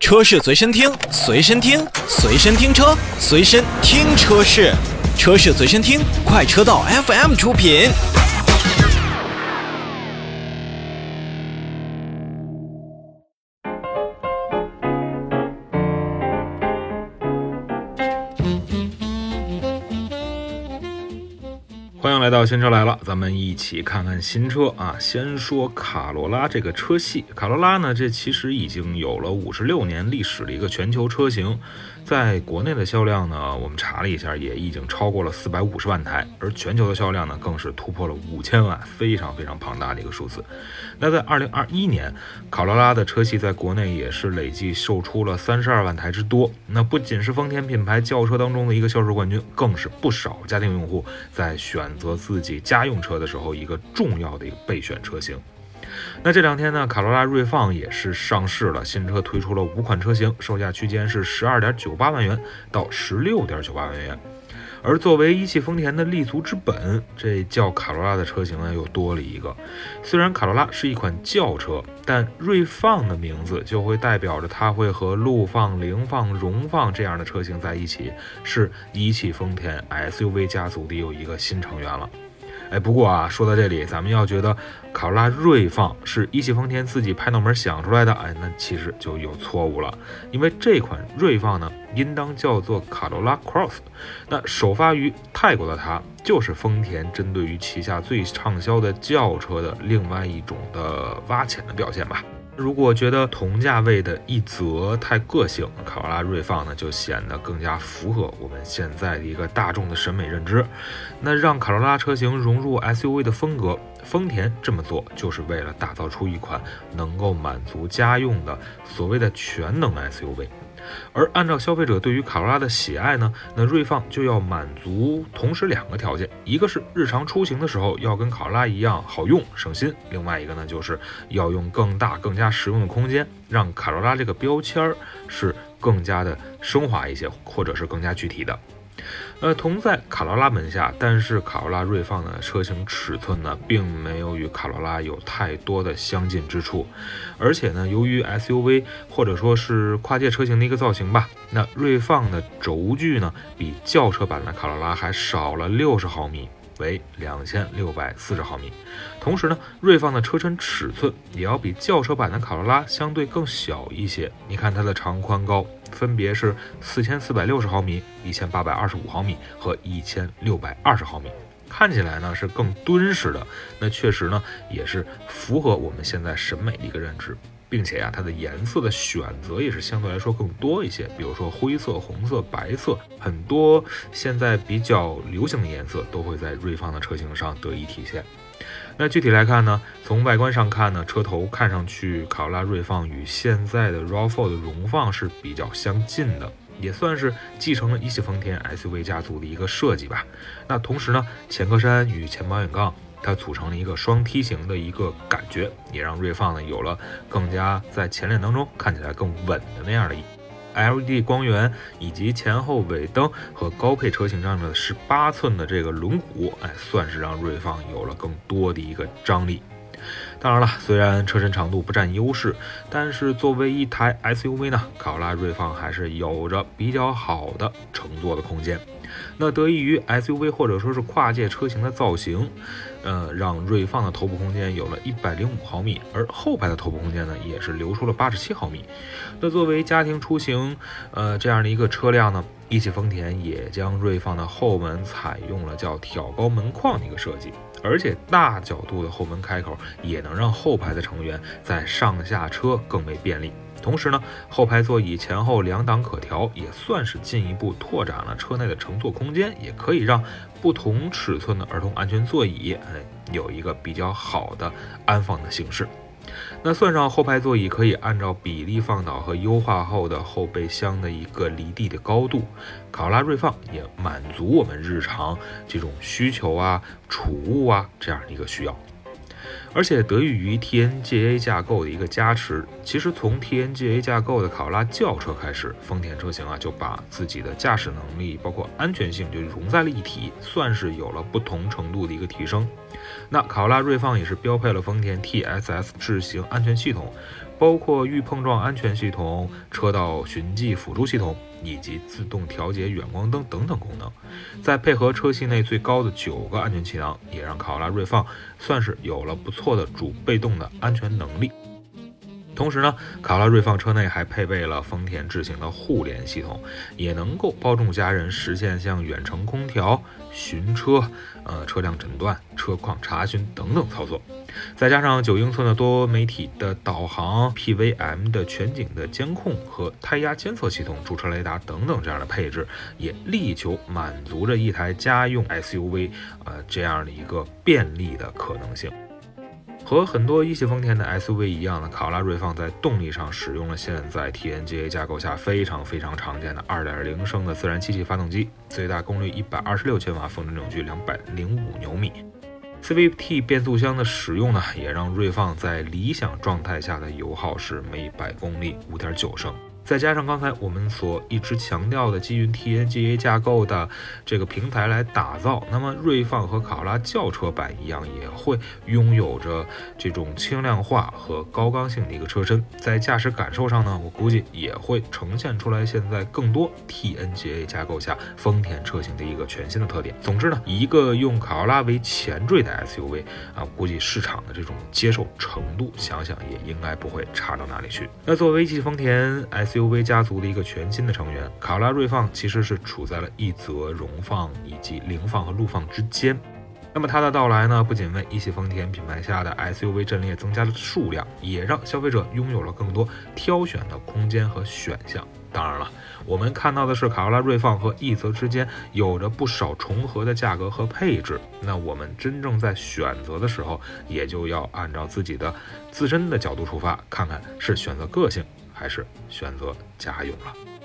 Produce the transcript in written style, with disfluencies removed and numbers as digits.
车市随身听，随身听，随身听车，随身听车市，车市随身听，快车道 FM 出品。 欢迎来到新车来了，咱们一起看看新车啊。先说卡罗拉这个车系，卡罗拉呢，这其实已经有了56年历史的一个全球车型，在国内的销量呢，我们查了一下，也已经超过了450万台，而全球的销量呢，更是突破了5000万，非常非常庞大的一个数字。那在2021年，卡罗拉的车系在国内也是累计售出了32万台之多。那不仅是丰田品牌轿车当中的一个销售冠军，更是不少家庭用户在选择自己家用车的时候一个重要的一个备选车型。那这两天呢，卡罗拉锐放也是上市了，新车推出了5款车型，售价区间是12.98万元到16.98万元。而作为一汽丰田的立足之本，这叫卡罗拉的车型呢又多了一个。虽然卡罗拉是一款轿车，但锐放的名字就会代表着它会和陆放、凌放、荣放这样的车型在一起，是一汽丰田 SUV 家族的又一个新成员了。不过啊，说到这里，咱们要觉得卡罗拉锐放是一汽丰田自己拍脑门想出来的，那其实就有错误了。因为这款锐放呢，应当叫做卡罗拉 Cross。那首发于泰国的它，就是丰田针对于旗下最畅销的轿车的另外一种的挖潜的表现吧。如果觉得同价位的一泽太个性，卡罗拉锐放呢就显得更加符合我们现在的一个大众的审美认知。那让卡罗拉车型融入 SUV 的风格，丰田这么做就是为了打造出一款能够满足家用的所谓的全能 SUV。而按照消费者对于卡罗拉的喜爱呢，那锐放就要满足同时2个条件，一个是日常出行的时候要跟卡罗拉一样好用省心，另外一个呢就是要用更大更加实用的空间，让卡罗拉这个标签是更加的升华一些，或者是更加具体的。同在卡罗拉门下，但是卡罗拉锐放的车型尺寸呢，并没有与卡罗拉有太多的相近之处，而且呢，由于 SUV 或者说是跨界车型的一个造型吧，那锐放的轴距呢，比轿车版的卡罗拉还少了60毫米。为2640毫米，同时呢，锐放的车身尺寸也要比轿车版的卡罗拉相对更小一些。你看它的长宽高分别是4460毫米、1825毫米和1620毫米，看起来呢是更敦实的。那确实呢也是符合我们现在审美的一个认知。并且它的颜色的选择也是相对来说更多一些，比如说灰色、红色、白色，很多现在比较流行的颜色都会在锐放的车型上得以体现。那具体来看呢，从外观上看呢，车头看上去卡罗拉锐放与现在的 RAV4 的荣放是比较相近的，也算是继承了一汽丰田 SUV 家族的一个设计吧。那同时呢，前格栅与前保险杠它组成了一个双梯形的一个感觉，也让锐放呢有了更加在前脸当中看起来更稳的那样的LED 光源，以及前后尾灯和高配车型上的18寸的这个轮毂，算是让锐放有了更多的一个张力。当然了，虽然车身长度不占优势，但是作为一台 SUV 呢，卡罗拉锐放还是有着比较好的乘坐的空间。那得益于 SUV 或者说是跨界车型的造型，让锐放的头部空间有了105毫米，而后排的头部空间呢也是留出了87毫米。那作为家庭出行这样的一个车辆呢，一汽丰田也将锐放的后门采用了叫挑高门框的一个设计，而且大角度的后门开口也能让后排的成员在上下车更为便利。同时呢，后排座椅前后2档可调，也算是进一步拓展了车内的乘坐空间，也可以让不同尺寸的儿童安全座椅有一个比较好的安放的形式。那算上后排座椅可以按照比例放倒和优化后的后备箱的一个离地的高度，卡罗拉锐放也满足我们日常这种需求啊、储物啊这样的一个需要。而且得益于 TNGA 架构的一个加持，其实从 TNGA 架构的卡罗拉轿车开始，丰田车型就把自己的驾驶能力包括安全性就融在了一体，算是有了不同程度的一个提升。那卡罗拉锐放也是标配了丰田 TSS 智行安全系统， 包括预碰撞安全系统、车道循迹辅助系统以及自动调节远光灯等等功能。再配合车系内最高的9个安全气囊，也让考拉锐放算是有了不错的主被动的安全能力。同时呢，考拉锐放车内还配备了丰田智行的互联系统，也能够帮助家人实现像远程空调、寻车、车辆诊断、车况查询等等操作。再加上9英寸的多媒体的导航、PWM 的全景的监控和胎压监测系统、驻车雷达等等这样的配置，也力求满足着一台家用 SUV 这样的一个便利的可能性。和很多一系丰田的 SUV 一样的，考拉锐放在动力上使用了现在 TNGA 架构下非常常见的 2.0 升的自然吸气发动机，最大功率126千瓦，峰值扭矩205牛米。CVT 变速箱的使用呢，也让锐放在理想状态下的油耗是每100公里 5.9 升。再加上刚才我们所一直强调的基于 TNGA 架构的这个平台来打造，那么锐放和考拉轿车版一样，也会拥有着这种轻量化和高刚性的一个车身。在驾驶感受上呢，我估计也会呈现出来现在更多 TNGA 架构下丰田车型的一个全新的特点。总之呢，一个用考拉为前缀的 SUV 估计市场的这种接受程度，想想也应该不会差到哪里去。那作为一汽丰田 SUV 家族的一个全新的成员，考拉锐放其实是处在了一泽、荣放以及凌放和陆放之间。那么它的到来呢，不仅为一汽丰田品牌下的 SUV 阵列增加了数量，也让消费者拥有了更多挑选的空间和选项。当然了，我们看到的是卡罗拉锐放和一泽之间有着不少重合的价格和配置，那我们真正在选择的时候，也就要按照自己的自身的角度出发，看看是选择个性还是选择家用了。